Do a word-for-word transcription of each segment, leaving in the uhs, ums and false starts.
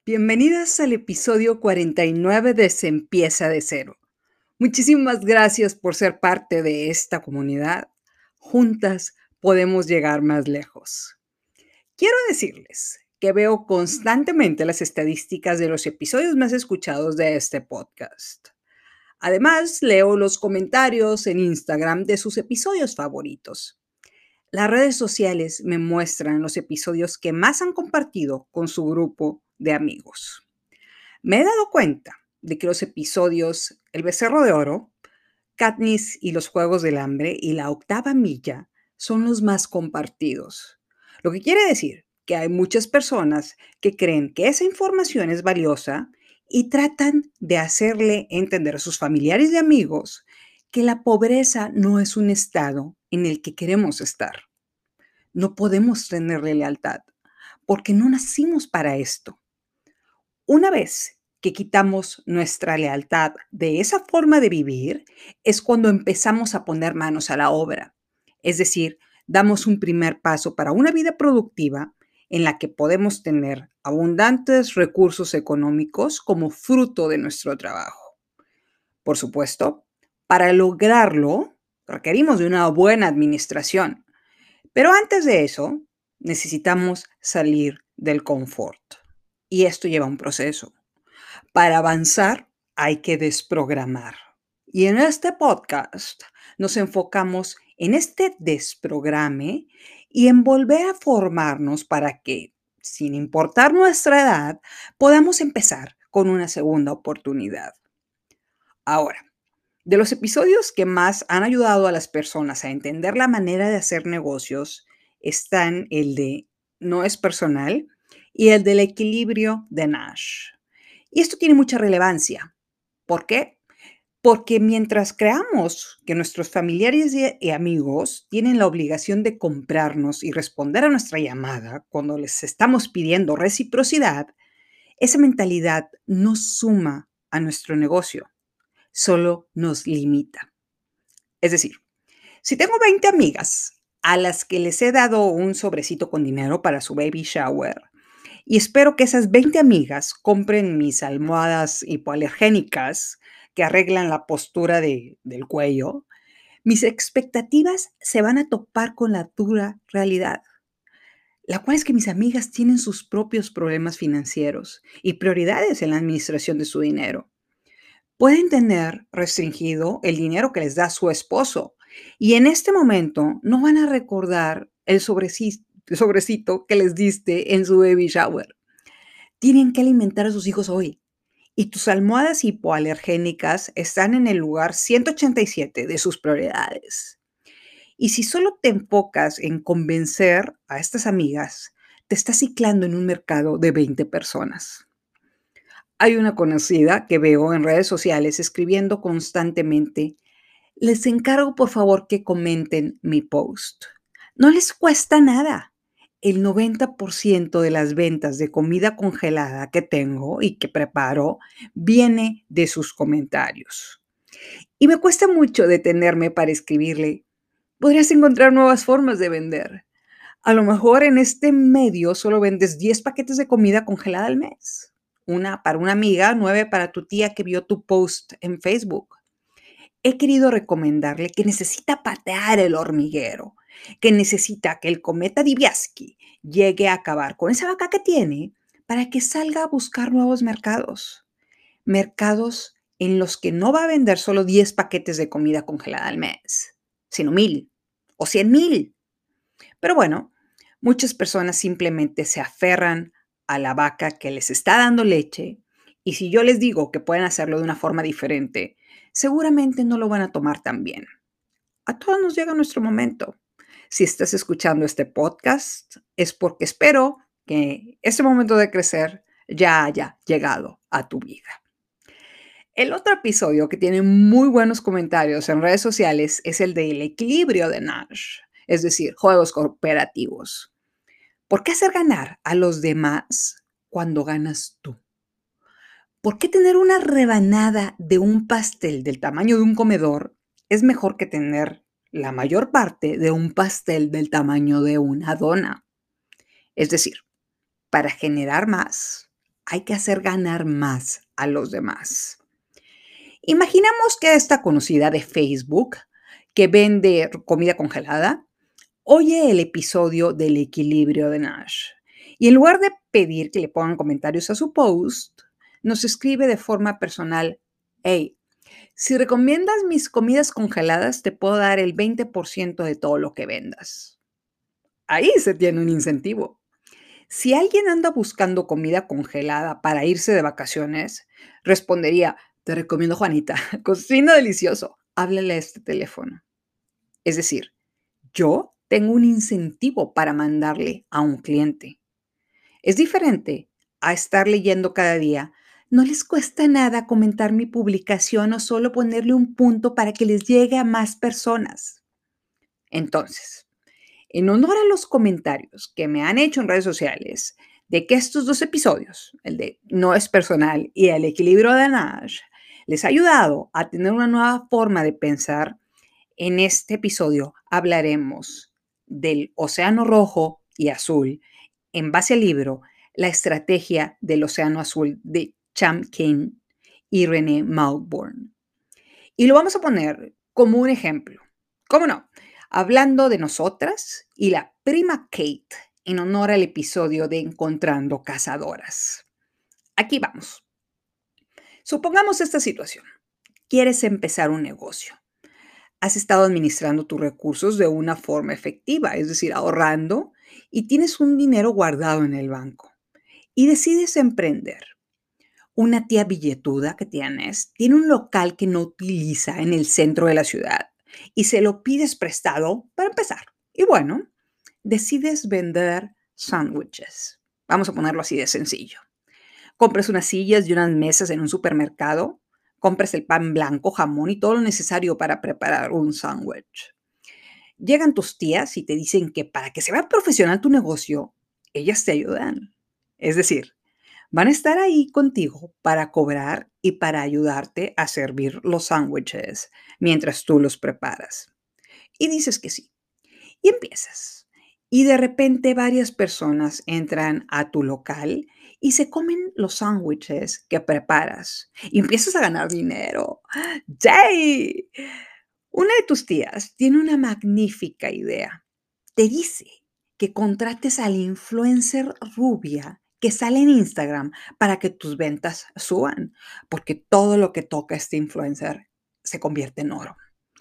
Bienvenidas al episodio cuarenta y nueve de Se empieza de cero. Muchísimas gracias por ser parte de esta comunidad. Juntas podemos llegar más lejos. Quiero decirles que veo constantemente las estadísticas de los episodios más escuchados de este podcast. Además, leo los comentarios en Instagram de sus episodios favoritos. Las redes sociales me muestran los episodios que más han compartido con su grupo de amigos. Me he dado cuenta de que los episodios El becerro de oro, Katniss y los Juegos del Hambre y La octava milla son los más compartidos. Lo que quiere decir que hay muchas personas que creen que esa información es valiosa y tratan de hacerle entender a sus familiares y amigos que la pobreza no es un estado en el que queremos estar. No podemos tenerle lealtad porque no nacimos para esto. Una vez que quitamos nuestra lealtad de esa forma de vivir, es cuando empezamos a poner manos a la obra. Es decir, damos un primer paso para una vida productiva en la que podemos tener abundantes recursos económicos como fruto de nuestro trabajo. Por supuesto, para lograrlo, requerimos de una buena administración. Pero antes de eso, necesitamos salir del confort. Y esto lleva un proceso. Para avanzar hay que desprogramar. Y en este podcast nos enfocamos en este desprograme y en volver a formarnos para que, sin importar nuestra edad, podamos empezar con una segunda oportunidad. Ahora, de los episodios que más han ayudado a las personas a entender la manera de hacer negocios están el de No es personal y el del equilibrio de Nash. Y esto tiene mucha relevancia. ¿Por qué? Porque mientras creamos que nuestros familiares y y amigos tienen la obligación de comprarnos y responder a nuestra llamada cuando les estamos pidiendo reciprocidad, esa mentalidad no suma a nuestro negocio, solo nos limita. Es decir, si tengo veinte amigas a las que les he dado un sobrecito con dinero para su baby shower y espero que esas veinte amigas compren mis almohadas hipoalergénicas que arreglan la postura de- del cuello, mis expectativas se van a topar con la dura realidad, la cual es que mis amigas tienen sus propios problemas financieros y prioridades en la administración de su dinero. Pueden tener restringido el dinero que les da su esposo y en este momento no van a recordar el sobreci- sobrecito que les diste en su baby shower. Tienen que alimentar a sus hijos hoy y tus almohadas hipoalergénicas están en el lugar ciento ochenta y siete de sus prioridades. Y si solo te enfocas en convencer a estas amigas, te estás ciclando en un mercado de veinte personas. Hay una conocida que veo en redes sociales escribiendo constantemente: les encargo por favor que comenten mi post. No les cuesta nada. El noventa por ciento de las ventas de comida congelada que tengo y que preparo viene de sus comentarios. Y me cuesta mucho detenerme para escribirle: podrías encontrar nuevas formas de vender. A lo mejor en este medio solo vendes diez paquetes de comida congelada al mes. Una para una amiga, nueve para tu tía que vio tu post en Facebook. He querido recomendarle que necesita patear el hormiguero, que necesita que el cometa Diviaski llegue a acabar con esa vaca que tiene para que salga a buscar nuevos mercados. Mercados en los que no va a vender solo diez paquetes de comida congelada al mes, sino mil o cien mil. Pero bueno, muchas personas simplemente se aferran a la vaca que les está dando leche y si yo les digo que pueden hacerlo de una forma diferente, seguramente no lo van a tomar tan bien. A todos nos llega nuestro momento. Si estás escuchando este podcast, es porque espero que ese momento de crecer ya haya llegado a tu vida. El otro episodio que tiene muy buenos comentarios en redes sociales es el del equilibrio de Nash, es decir, juegos cooperativos. ¿Por qué hacer ganar a los demás cuando ganas tú? ¿Por qué tener una rebanada de un pastel del tamaño de un comedor es mejor que tener la mayor parte de un pastel del tamaño de una dona? Es decir, para generar más hay que hacer ganar más a los demás. Imaginamos que esta conocida de Facebook, que vende comida congelada, oye el episodio del equilibrio de Nash y en lugar de pedir que le pongan comentarios a su post, nos escribe de forma personal: hey, si recomiendas mis comidas congeladas, te puedo dar el veinte por ciento de todo lo que vendas. Ahí se tiene un incentivo. Si alguien anda buscando comida congelada para irse de vacaciones, respondería: te recomiendo Juanita, cocina delicioso, háblale a este teléfono. Es decir, yo tengo un incentivo para mandarle a un cliente. Es diferente a estar leyendo cada día. No les cuesta nada comentar mi publicación o solo ponerle un punto para que les llegue a más personas. Entonces, en honor a los comentarios que me han hecho en redes sociales de que estos dos episodios, el de No es personal y el equilibrio de Nash, les ha ayudado a tener una nueva forma de pensar, en este episodio hablaremos del océano rojo y azul en base al libro La estrategia del océano azul de Cham King y René Malborn. Y lo vamos a poner como un ejemplo. ¿Cómo no? Hablando de nosotras y la prima Kate en honor al episodio de Encontrando Cazadoras. Aquí vamos. Supongamos esta situación. Quieres empezar un negocio. Has estado administrando tus recursos de una forma efectiva, es decir, ahorrando, y tienes un dinero guardado en el banco. Y decides emprender. Una tía billetuda que tienes tiene un local que no utiliza en el centro de la ciudad y se lo pides prestado para empezar. Y bueno, decides vender sándwiches. Vamos a ponerlo así de sencillo. Compras unas sillas y unas mesas en un supermercado, compras el pan blanco, jamón y todo lo necesario para preparar un sándwich. Llegan tus tías y te dicen que para que se vea profesional tu negocio, ellas te ayudan. Es decir, van a estar ahí contigo para cobrar y para ayudarte a servir los sándwiches mientras tú los preparas. Y dices que sí. Y empiezas. Y de repente varias personas entran a tu local y se comen los sándwiches que preparas. Y empiezas a ganar dinero. ¡Yay! Una de tus tías tiene una magnífica idea. Te dice que contrates al influencer rubia que sale en Instagram para que tus ventas suban, porque todo lo que toca este influencer se convierte en oro.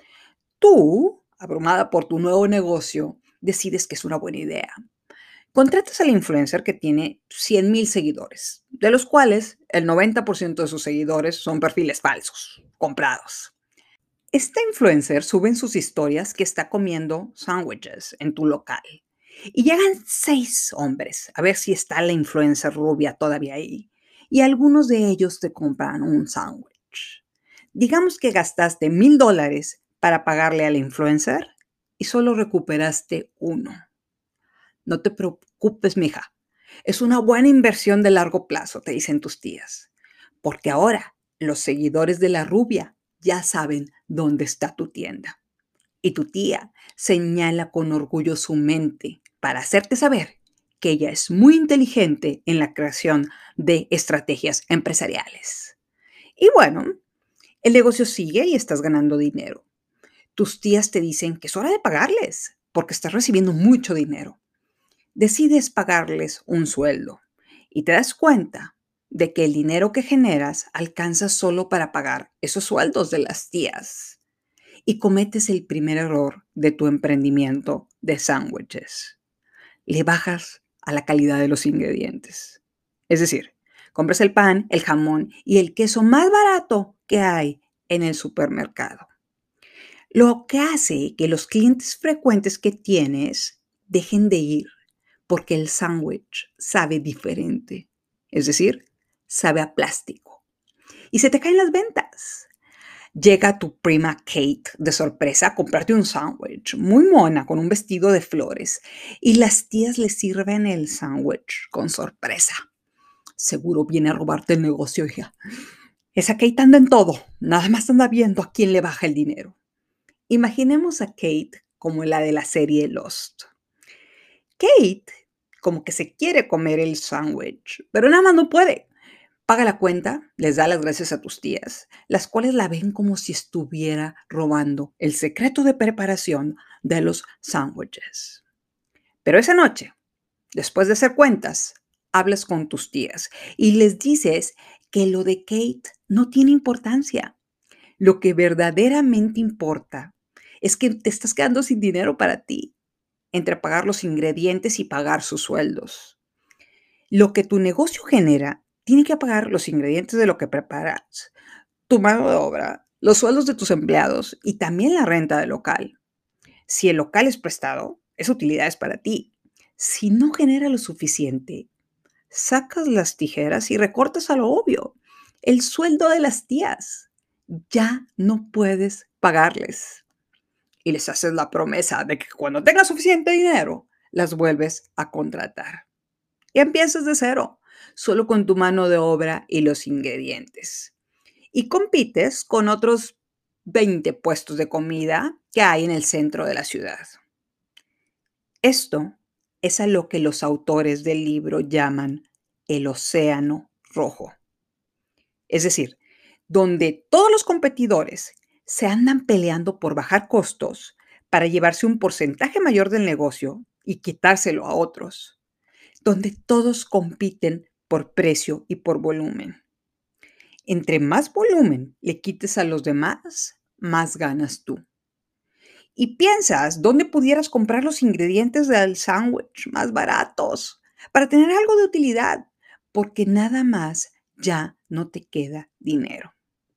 Tú, abrumada por tu nuevo negocio, decides que es una buena idea. Contratas al influencer que tiene cien mil seguidores, de los cuales el noventa por ciento de sus seguidores son perfiles falsos, comprados. Esta influencer sube en sus historias que está comiendo sándwiches en tu local. Y llegan seis hombres a ver si está la influencer rubia todavía ahí. Y algunos de ellos te compran un sándwich. Digamos que gastaste mil dólares para pagarle al influencer y solo recuperaste uno. No te preocupes, mija. Es una buena inversión de largo plazo, te dicen tus tías. Porque ahora los seguidores de la rubia ya saben dónde está tu tienda. Y tu tía señala con orgullo su mente para hacerte saber que ella es muy inteligente en la creación de estrategias empresariales. Y bueno, el negocio sigue y estás ganando dinero. Tus tías te dicen que es hora de pagarles porque estás recibiendo mucho dinero. Decides pagarles un sueldo y te das cuenta de que el dinero que generas alcanza solo para pagar esos sueldos de las tías. Y cometes el primer error de tu emprendimiento de sándwiches. Le bajas a la calidad de los ingredientes. Es decir, compras el pan, el jamón y el queso más barato que hay en el supermercado. Lo que hace que los clientes frecuentes que tienes dejen de ir porque el sándwich sabe diferente. Es decir, sabe a plástico. Y se te caen las ventas. Llega tu prima Kate de sorpresa a comprarte un sándwich muy mona con un vestido de flores y las tías le sirven el sándwich con sorpresa. Seguro viene a robarte el negocio, hija. Esa Kate anda en todo, nada más anda viendo a quién le baja el dinero. Imaginemos a Kate como la de la serie Lost. Kate como que se quiere comer el sándwich, pero nada más no puede Paga la cuenta, les da las gracias a tus tías, las cuales la ven como si estuviera robando el secreto de preparación de los sándwiches. Pero esa noche, después de hacer cuentas, hablas con tus tías y les dices que lo de Kate no tiene importancia. Lo que verdaderamente importa es que te estás quedando sin dinero para ti, entre pagar los ingredientes y pagar sus sueldos. Lo que tu negocio genera tiene que pagar los ingredientes de lo que preparas, tu mano de obra, los sueldos de tus empleados y también la renta del local. Si el local es prestado, esa utilidad es para ti. Si no genera lo suficiente, sacas las tijeras y recortas a lo obvio. El sueldo de las tías. Ya no puedes pagarles. Y les haces la promesa de que cuando tengas suficiente dinero, las vuelves a contratar. Y empiezas de cero, solo con tu mano de obra y los ingredientes. Y compites con otros veinte puestos de comida que hay en el centro de la ciudad. Esto es a lo que los autores del libro llaman el océano rojo. Es decir, donde todos los competidores se andan peleando por bajar costos para llevarse un porcentaje mayor del negocio y quitárselo a otros. Donde todos compiten por precio y por volumen. Entre más volumen le quites a los demás, más ganas tú. Y piensas dónde pudieras comprar los ingredientes del sándwich más baratos para tener algo de utilidad, porque nada más ya no te queda dinero.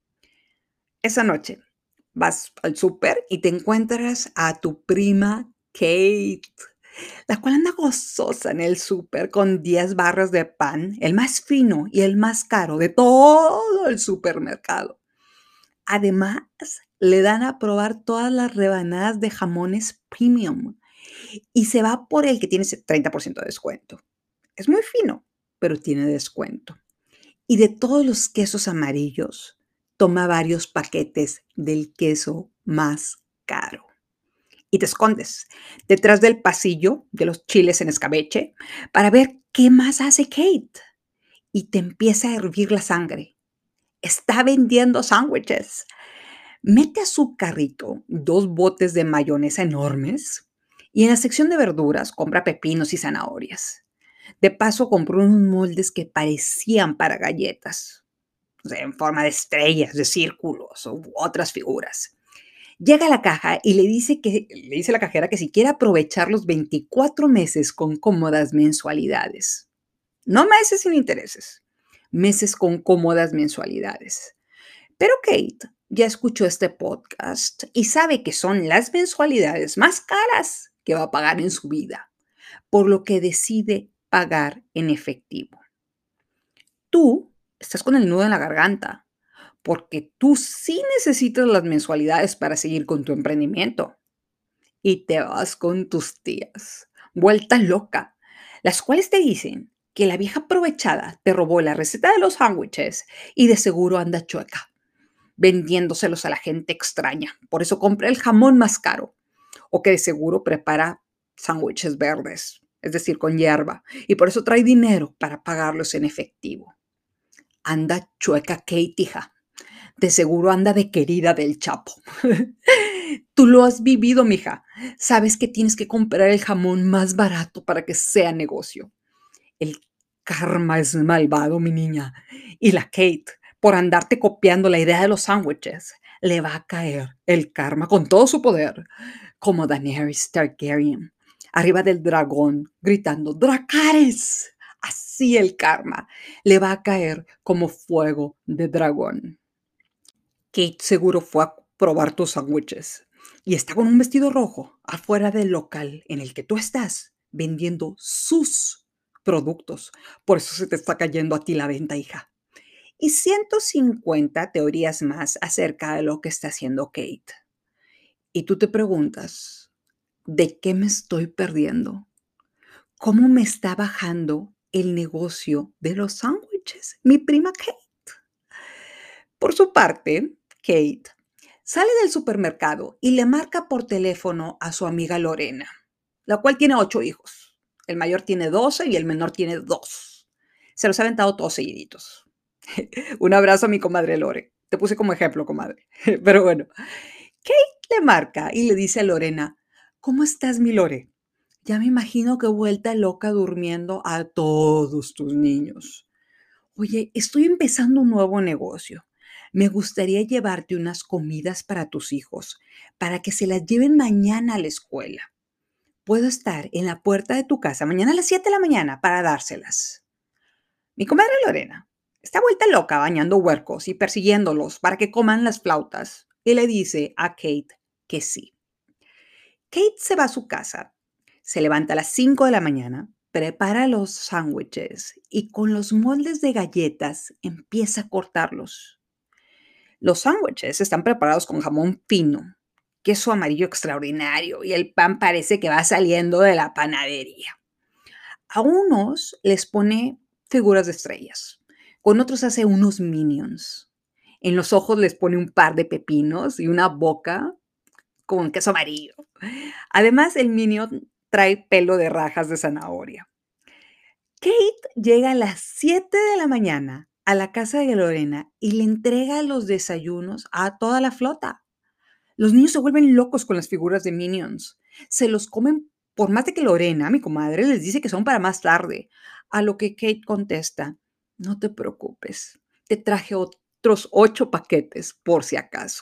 Esa noche vas al súper y te encuentras a tu prima Kate, la cual anda gozosa en el súper con diez barras de pan, el más fino y el más caro de todo el supermercado. Además, le dan a probar todas las rebanadas de jamones premium y se va por el que tiene ese treinta por ciento de descuento. Es muy fino, pero tiene descuento. Y de todos los quesos amarillos, toma varios paquetes del queso más caro. Y te escondes detrás del pasillo de los chiles en escabeche para ver qué más hace Kate. Y te empieza a hervir la sangre. Está vendiendo sándwiches. Mete a su carrito dos botes de mayonesa enormes y en la sección de verduras compra pepinos y zanahorias. De paso compró unos moldes que parecían para galletas, o sea, en forma de estrellas, de círculos u otras figuras. Llega a la caja y le dice que le dice a la cajera que si quiere aprovechar los veinticuatro meses con cómodas mensualidades. No meses sin intereses, meses con cómodas mensualidades. Pero Kate ya escuchó este podcast y sabe que son las mensualidades más caras que va a pagar en su vida, por lo que decide pagar en efectivo. Tú estás con el nudo en la garganta, porque tú sí necesitas las mensualidades para seguir con tu emprendimiento. Y te vas con tus tías, vuelta loca, las cuales te dicen que la vieja aprovechada te robó la receta de los sándwiches y de seguro anda chueca, vendiéndoselos a la gente extraña. Por eso compra el jamón más caro. O que de seguro prepara sándwiches verdes, es decir, con hierba. Y por eso trae dinero para pagarlos en efectivo. Anda chueca Kate, hija. De seguro anda de querida del Chapo. Tú lo has vivido, mija. Sabes que tienes que comprar el jamón más barato para que sea negocio. El karma es malvado, mi niña. Y la Kate, por andarte copiando la idea de los sándwiches, le va a caer el karma con todo su poder, como Daenerys Targaryen, arriba del dragón, gritando ¡Dracarys! Así el karma le va a caer como fuego de dragón. Kate seguro fue a probar tus sándwiches y está con un vestido rojo afuera del local en el que tú estás vendiendo sus productos. Por eso se te está cayendo a ti la venta, hija. Y ciento cincuenta teorías más acerca de lo que está haciendo Kate. Y tú te preguntas, ¿de qué me estoy perdiendo? ¿Cómo me está bajando el negocio de los sándwiches? Mi prima Kate. Por su parte, Kate sale del supermercado y le marca por teléfono a su amiga Lorena, la cual tiene ocho hijos. El mayor tiene doce y el menor tiene dos. Se los ha aventado todos seguiditos. Un abrazo a mi comadre Lore. Te puse como ejemplo, comadre. Pero bueno, Kate le marca y le dice a Lorena, ¿cómo estás, mi Lore? Ya me imagino que vuelta loca durmiendo a todos tus niños. Oye, estoy empezando un nuevo negocio. Me gustaría llevarte unas comidas para tus hijos, para que se las lleven mañana a la escuela. Puedo estar en la puerta de tu casa mañana a las siete de la mañana para dárselas. Mi comadre Lorena está vuelta loca bañando huercos y persiguiéndolos para que coman las flautas y le dice a Kate que sí. Kate se va a su casa, se levanta a las cinco de la mañana, prepara los sándwiches y con los moldes de galletas empieza a cortarlos. Los sándwiches están preparados con jamón fino, queso amarillo extraordinario y el pan parece que va saliendo de la panadería. A unos les pone figuras de estrellas, con otros hace unos minions. En los ojos les pone un par de pepinos y una boca con queso amarillo. Además, el minion trae pelo de rajas de zanahoria. Kate llega a las siete de la mañana a la casa de Lorena y le entrega los desayunos a toda la flota. Los niños se vuelven locos con las figuras de Minions. Se los comen por más de que Lorena, mi comadre, les dice que son para más tarde. A lo que Kate contesta, no te preocupes, te traje otros ocho paquetes por si acaso.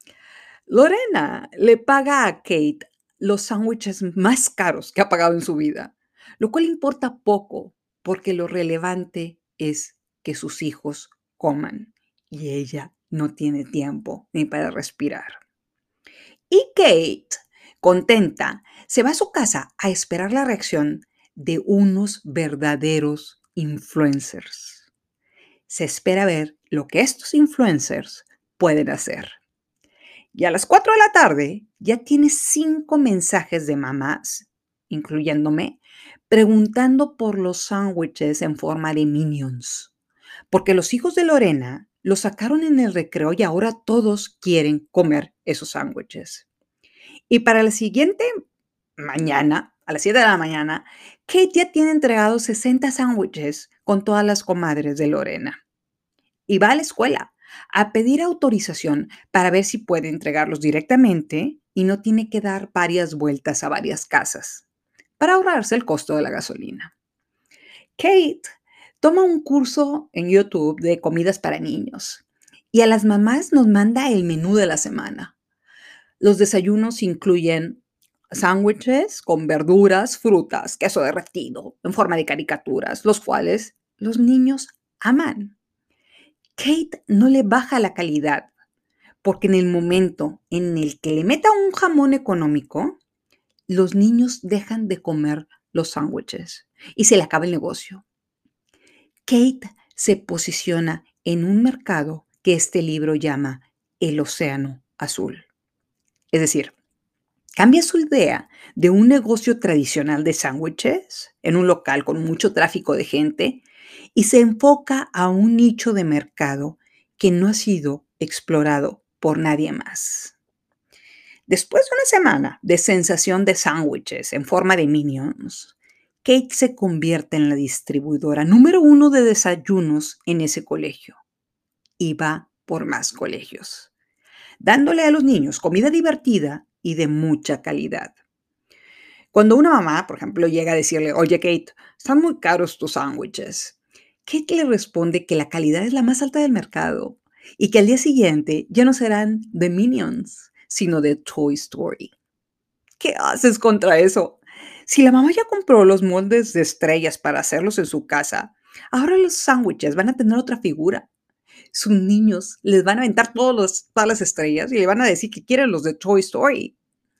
Lorena le paga a Kate los sándwiches más caros que ha pagado en su vida, lo cual importa poco porque lo relevante es que sus hijos coman y ella no tiene tiempo ni para respirar. Y Kate, contenta, se va a su casa a esperar la reacción de unos verdaderos influencers. Se espera ver lo que estos influencers pueden hacer. Y a las cuatro de la tarde ya tiene cinco mensajes de mamás, incluyéndome, preguntando por los sándwiches en forma de minions. Porque los hijos de Lorena los sacaron en el recreo y ahora todos quieren comer esos sándwiches. Y para la siguiente mañana, a las siete de la mañana, Kate ya tiene entregados sesenta sándwiches con todas las comadres de Lorena. Y va a la escuela a pedir autorización para ver si puede entregarlos directamente y no tiene que dar varias vueltas a varias casas para ahorrarse el costo de la gasolina. Kate toma un curso en YouTube de comidas para niños y a las mamás nos manda el menú de la semana. Los desayunos incluyen sándwiches con verduras, frutas, queso derretido en forma de caricaturas, los cuales los niños aman. Kate no le baja la calidad porque en el momento en el que le meta un jamón económico, los niños dejan de comer los sándwiches y se le acaba el negocio. Kate se posiciona en un mercado que este libro llama el océano azul. Es decir, cambia su idea de un negocio tradicional de sándwiches en un local con mucho tráfico de gente y se enfoca a un nicho de mercado que no ha sido explorado por nadie más. Después de una semana de sensación de sándwiches en forma de minions, Kate se convierte en la distribuidora número uno de desayunos en ese colegio y va por más colegios, dándole a los niños comida divertida y de mucha calidad. Cuando una mamá, por ejemplo, llega a decirle, oye Kate, están muy caros tus sándwiches, Kate le responde que la calidad es la más alta del mercado y que al día siguiente ya no serán de Minions, sino de Toy Story. ¿Qué haces contra eso? Si la mamá ya compró los moldes de estrellas para hacerlos en su casa, ahora los sándwiches van a tener otra figura. Sus niños les van a aventar todos los, todas las estrellas y le van a decir que quieren los de Toy Story.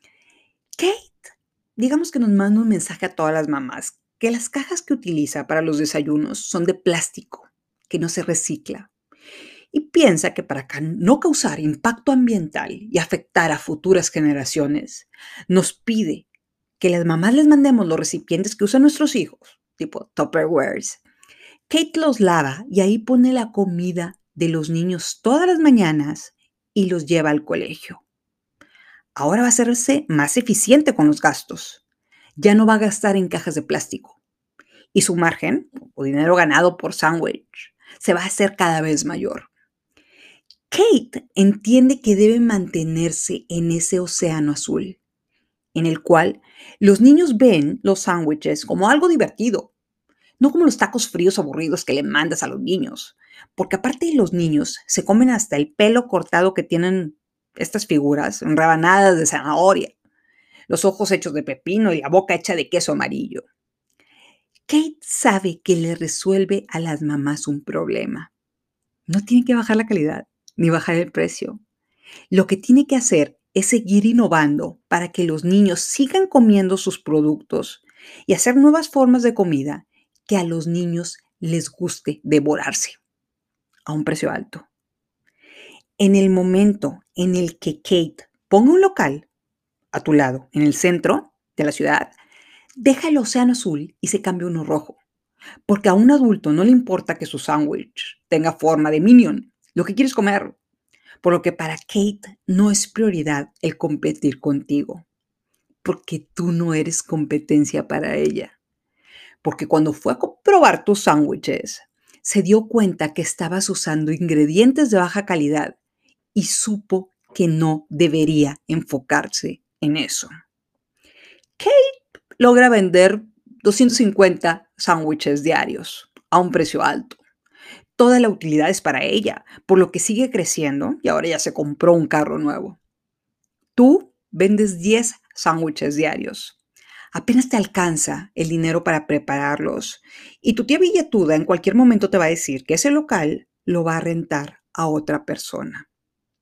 Kate, digamos que nos manda un mensaje a todas las mamás que las cajas que utiliza para los desayunos son de plástico, que no se recicla. Y piensa que para no causar impacto ambiental y afectar a futuras generaciones, nos pide que las mamás les mandemos los recipientes que usan nuestros hijos, tipo Tupperwares. Kate los lava y ahí pone la comida de los niños todas las mañanas y los lleva al colegio. Ahora va a hacerse más eficiente con los gastos. Ya no va a gastar en cajas de plástico. Y su margen, o dinero ganado por sándwich, se va a hacer cada vez mayor. Kate entiende que debe mantenerse en ese océano azul, en el cual los niños ven los sándwiches como algo divertido, no como los tacos fríos aburridos que le mandas a los niños, porque aparte de los niños se comen hasta el pelo cortado que tienen estas figuras en rebanadas de zanahoria, los ojos hechos de pepino y la boca hecha de queso amarillo. Kate sabe que le resuelve a las mamás un problema. No tiene que bajar la calidad ni bajar el precio. Lo que tiene que hacer es seguir innovando para que los niños sigan comiendo sus productos y hacer nuevas formas de comida que a los niños les guste devorarse a un precio alto. En el momento en el que Kate ponga un local a tu lado, en el centro de la ciudad, deja el océano azul y se cambia uno rojo. Porque a un adulto no le importa que su sándwich tenga forma de Minion. Lo que quiere es comer. Por lo que para Kate no es prioridad el competir contigo. Porque tú no eres competencia para ella. Porque cuando fue a probar tus sándwiches, se dio cuenta que estabas usando ingredientes de baja calidad y supo que no debería enfocarse en eso. Kate logra vender doscientos cincuenta sándwiches diarios a un precio alto. Toda la utilidad es para ella, por lo que sigue creciendo y ahora ya se compró un carro nuevo. Tú vendes diez sándwiches diarios. Apenas te alcanza el dinero para prepararlos y tu tía billetuda en cualquier momento te va a decir que ese local lo va a rentar a otra persona.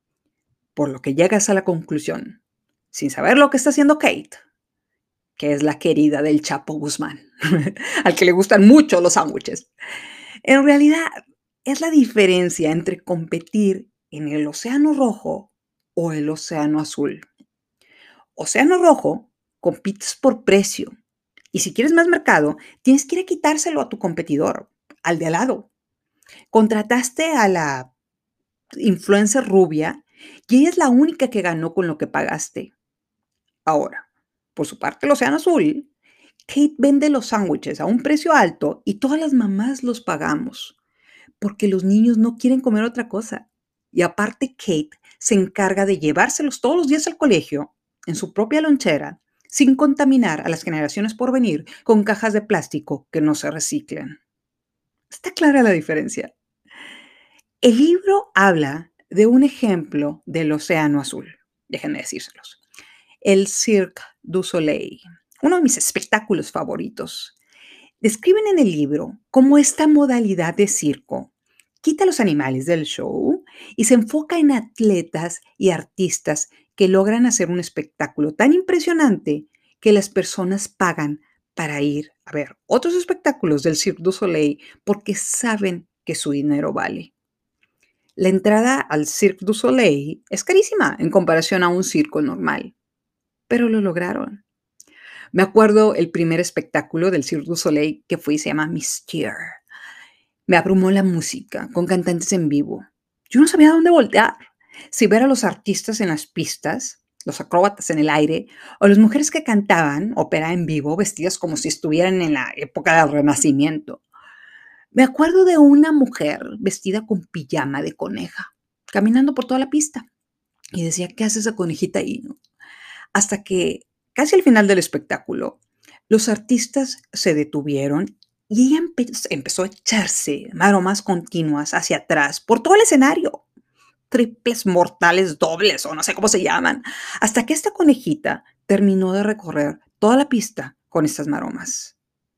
Por lo que llegas a la conclusión, sin saber lo que está haciendo Kate, que es la querida del Chapo Guzmán, al que le gustan mucho los sándwiches. En realidad, es la diferencia entre competir en el océano rojo o el océano azul. Océano rojo, compites por precio. Y si quieres más mercado, tienes que ir a quitárselo a tu competidor, al de al lado. Contrataste a la influencer rubia y ella es la única que ganó con lo que pagaste. Ahora, por su parte, el océano azul, Kate vende los sándwiches a un precio alto y todas las mamás los pagamos porque los niños no quieren comer otra cosa. Y aparte, Kate se encarga de llevárselos todos los días al colegio en su propia lonchera, sin contaminar a las generaciones por venir con cajas de plástico que no se reciclan. ¿Está clara la diferencia? El libro habla de un ejemplo del océano azul. Déjenme decírselos. El Cirque du Soleil, uno de mis espectáculos favoritos. Describen en el libro cómo esta modalidad de circo quita a los animales del show y se enfoca en atletas y artistas que logran hacer un espectáculo tan impresionante que las personas pagan para ir a ver otros espectáculos del Cirque du Soleil porque saben que su dinero vale. La entrada al Cirque du Soleil es carísima en comparación a un circo normal, pero lo lograron. Me acuerdo el primer espectáculo del Cirque du Soleil que fui, se llama Mystere. Me abrumó la música con cantantes en vivo. Yo no sabía dónde voltear. Si ver a los artistas en las pistas, los acróbatas en el aire, o las mujeres que cantaban ópera en vivo vestidas como si estuvieran en la época del Renacimiento. Me acuerdo de una mujer vestida con pijama de coneja, caminando por toda la pista. Y decía, ¿qué hace esa conejita ahí? Hasta que, casi al final del espectáculo, los artistas se detuvieron y ella empe- empezó a echarse maromas continuas hacia atrás por todo el escenario. Triples mortales dobles o no sé cómo se llaman, hasta que esta conejita terminó de recorrer toda la pista con estas maromas.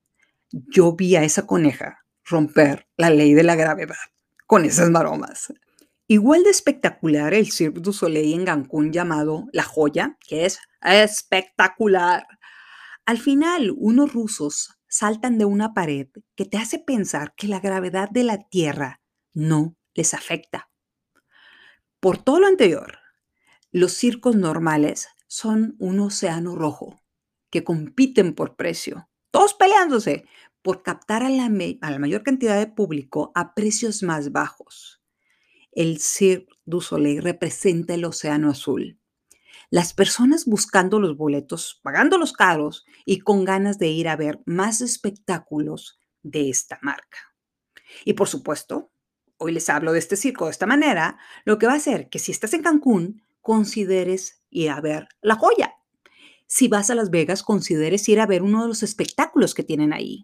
Yo vi a esa coneja romper la ley de la gravedad con esas maromas. Igual de espectacular el Cirque du Soleil en Cancún llamado La Joya, que es espectacular. Al final, unos rusos saltan de una pared que te hace pensar que la gravedad de la Tierra no les afecta. Por todo lo anterior, los circos normales son un océano rojo que compiten por precio, todos peleándose por captar a la, me- a la mayor cantidad de público a precios más bajos. El Cirque du Soleil representa el océano azul. Las personas buscando los boletos, pagando los caros y con ganas de ir a ver más espectáculos de esta marca. Y por supuesto, Hoy les hablo de este circo de esta manera, lo que va a hacer que si estás en Cancún, consideres ir a ver La Joya. Si vas a Las Vegas, consideres ir a ver uno de los espectáculos que tienen ahí.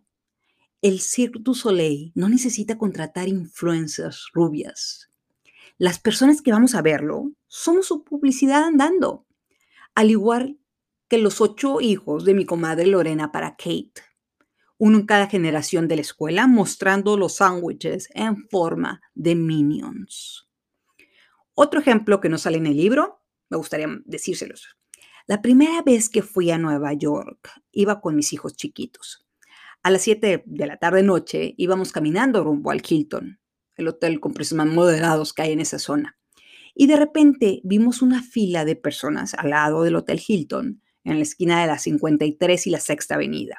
El Cirque du Soleil no necesita contratar influencers rubias. Las personas que vamos a verlo somos su publicidad andando, al igual que los ocho hijos de mi comadre Lorena para Kate, uno en cada generación de la escuela mostrando los sándwiches en forma de minions. Otro ejemplo que no sale en el libro, me gustaría decírselos. La primera vez que fui a Nueva York, iba con mis hijos chiquitos. A las siete de la tarde noche íbamos caminando rumbo al Hilton, el hotel con precios más moderados que hay en esa zona. Y de repente vimos una fila de personas al lado del Hotel Hilton, en la esquina de la cincuenta y tres y la Sexta Avenida.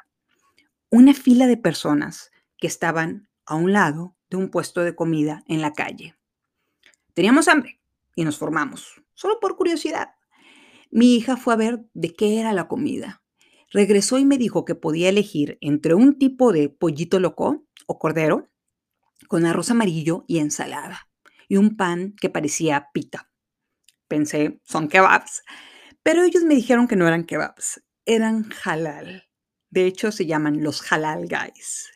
Una fila de personas que estaban a un lado de un puesto de comida en la calle. Teníamos hambre y nos formamos, solo por curiosidad. Mi hija fue a ver de qué era la comida. Regresó y me dijo que podía elegir entre un tipo de pollito loco o cordero con arroz amarillo y ensalada y un pan que parecía pita. Pensé, son kebabs, pero ellos me dijeron que no eran kebabs, eran halal. De hecho, se llaman los halal guys.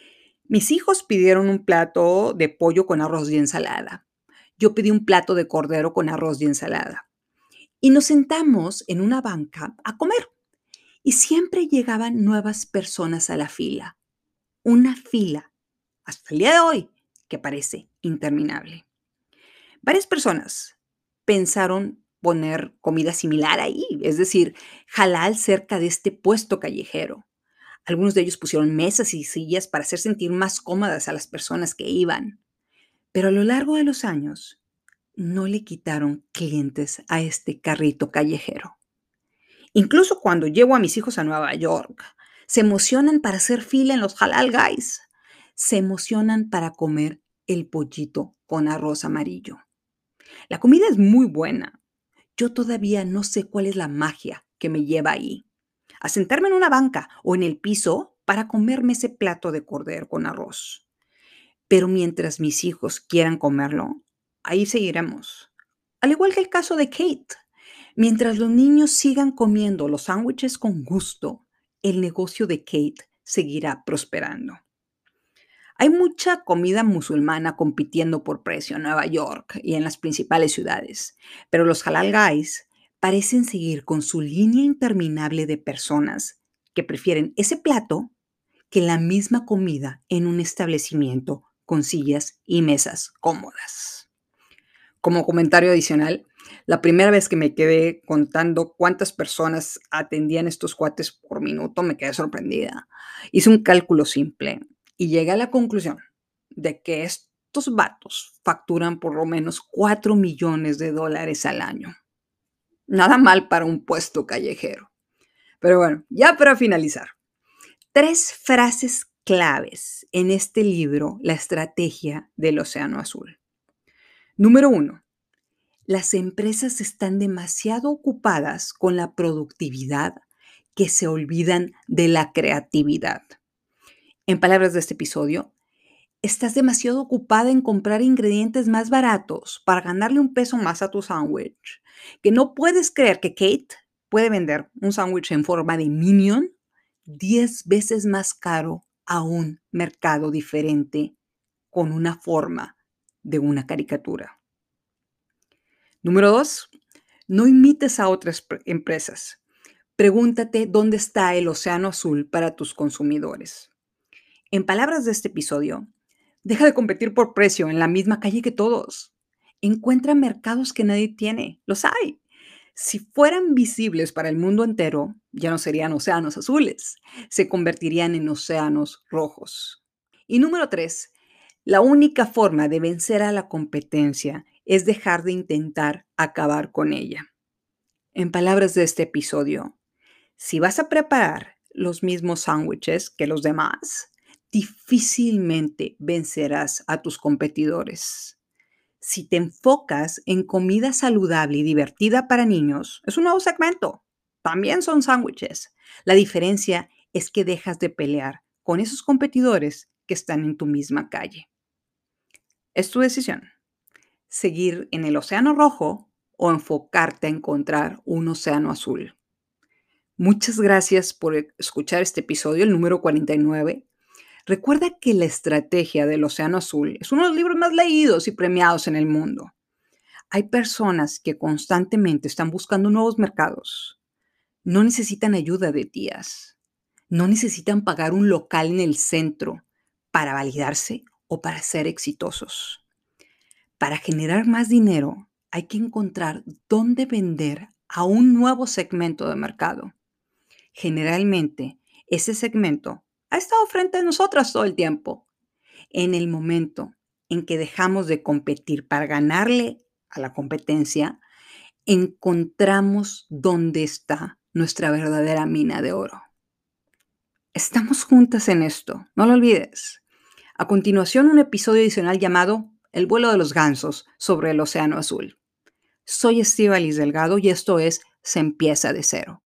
Mis hijos pidieron un plato de pollo con arroz y ensalada. Yo pedí un plato de cordero con arroz y ensalada. Y nos sentamos en una banca a comer. Y siempre llegaban nuevas personas a la fila. Una fila, hasta el día de hoy, que parece interminable. Varias personas pensaron poner comida similar ahí, es decir, halal cerca de este puesto callejero. Algunos de ellos pusieron mesas y sillas para hacer sentir más cómodas a las personas que iban. Pero a lo largo de los años, no le quitaron clientes a este carrito callejero. Incluso cuando llevo a mis hijos a Nueva York, se emocionan para hacer fila en los Halal Guys. Se emocionan para comer el pollito con arroz amarillo. La comida es muy buena. Yo todavía no sé cuál es la magia que me lleva ahí. A sentarme en una banca o en el piso para comerme ese plato de cordero con arroz. Pero mientras mis hijos quieran comerlo, ahí seguiremos. Al igual que el caso de Kate. Mientras los niños sigan comiendo los sándwiches con gusto, el negocio de Kate seguirá prosperando. Hay mucha comida musulmana compitiendo por precio en Nueva York y en las principales ciudades, pero los Halal Guys parecen seguir con su línea interminable de personas que prefieren ese plato que la misma comida en un establecimiento con sillas y mesas cómodas. Como comentario adicional, la primera vez que me quedé contando cuántas personas atendían estos cuates por minuto, me quedé sorprendida. Hice un cálculo simple y llegué a la conclusión de que estos vatos facturan por lo menos cuatro millones de dólares al año. Nada mal para un puesto callejero. Pero bueno, ya para finalizar, tres frases claves en este libro, La estrategia del océano azul. Número uno. Las empresas están demasiado ocupadas con la productividad que se olvidan de la creatividad. En palabras de este episodio, estás demasiado ocupada en comprar ingredientes más baratos para ganarle un peso más a tu sándwich, que no puedes creer que Kate puede vender un sándwich en forma de Minion diez veces más caro a un mercado diferente con una forma de una caricatura. Número dos, no imites a otras empresas. Pregúntate dónde está el océano azul para tus consumidores. En palabras de este episodio, deja de competir por precio en la misma calle que todos. Encuentra mercados que nadie tiene. Los hay. Si fueran visibles para el mundo entero, ya no serían océanos azules. Se convertirían en océanos rojos. Y número tres, la única forma de vencer a la competencia es dejar de intentar acabar con ella. En palabras de este episodio, si vas a preparar los mismos sándwiches que los demás, difícilmente vencerás a tus competidores. Si te enfocas en comida saludable y divertida para niños, es un nuevo segmento. También son sándwiches. La diferencia es que dejas de pelear con esos competidores que están en tu misma calle. Es tu decisión. Seguir en el océano rojo o enfocarte a encontrar un océano azul. Muchas gracias por e- escuchar este episodio, el número cuarenta y nueve. Recuerda que La estrategia del océano azul es uno de los libros más leídos y premiados en el mundo. Hay personas que constantemente están buscando nuevos mercados. No necesitan ayuda de tías. No necesitan pagar un local en el centro para validarse o para ser exitosos. Para generar más dinero, hay que encontrar dónde vender a un nuevo segmento de mercado. Generalmente, ese segmento ha estado frente a nosotras todo el tiempo. En el momento en que dejamos de competir para ganarle a la competencia, encontramos dónde está nuestra verdadera mina de oro. Estamos juntas en esto, no lo olvides. A continuación, un episodio adicional llamado El vuelo de los gansos sobre el océano azul. Soy Estíbaliz Delgado y esto es Se empieza de cero.